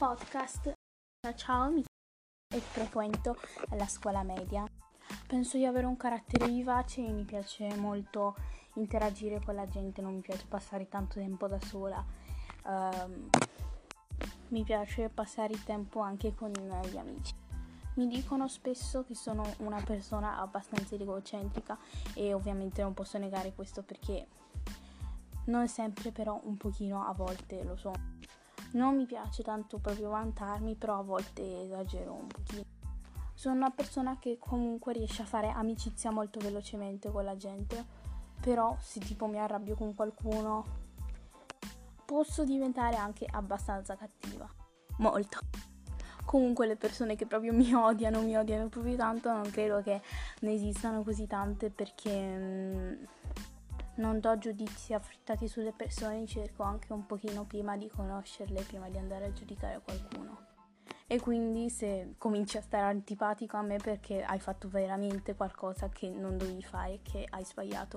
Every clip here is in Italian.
podcast. Ciao, e frequento la scuola media. Penso di avere un carattere vivace e mi piace molto interagire con la gente, non mi piace passare tanto tempo da sola. Mi piace passare il tempo anche con gli amici. Mi dicono spesso che sono una persona abbastanza egocentrica e ovviamente non posso negare questo perché non sempre, però un pochino a volte lo sono. Non mi piace tanto proprio vantarmi, però a volte esagero un pochino. Sono una persona che comunque riesce a fare amicizia molto velocemente con la gente, però se tipo mi arrabbio con qualcuno posso diventare anche abbastanza cattiva. Molto. Comunque le persone che proprio mi odiano proprio tanto, non credo che ne esistano così tante perché non do giudizi affrettati sulle persone, cerco anche un pochino prima di conoscerle, prima di andare a giudicare qualcuno. E quindi se cominci a stare antipatico a me perché hai fatto veramente qualcosa che non dovevi fare, che hai sbagliato.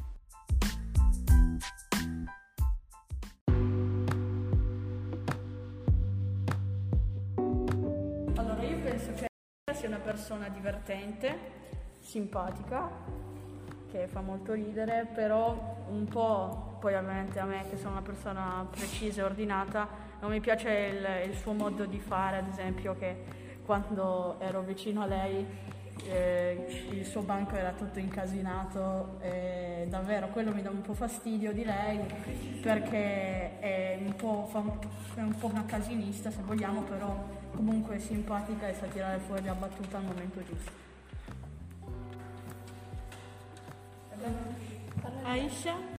Allora, io penso che sia una persona divertente, simpatica, che fa molto ridere, però un po', poi ovviamente a me che sono una persona precisa e ordinata, non mi piace il suo modo di fare, ad esempio che quando ero vicino a lei il suo banco era tutto incasinato e davvero quello mi dà un po' fastidio di lei perché è un po' una casinista se vogliamo, però comunque è simpatica e sa tirare fuori la battuta al momento giusto. Aisha?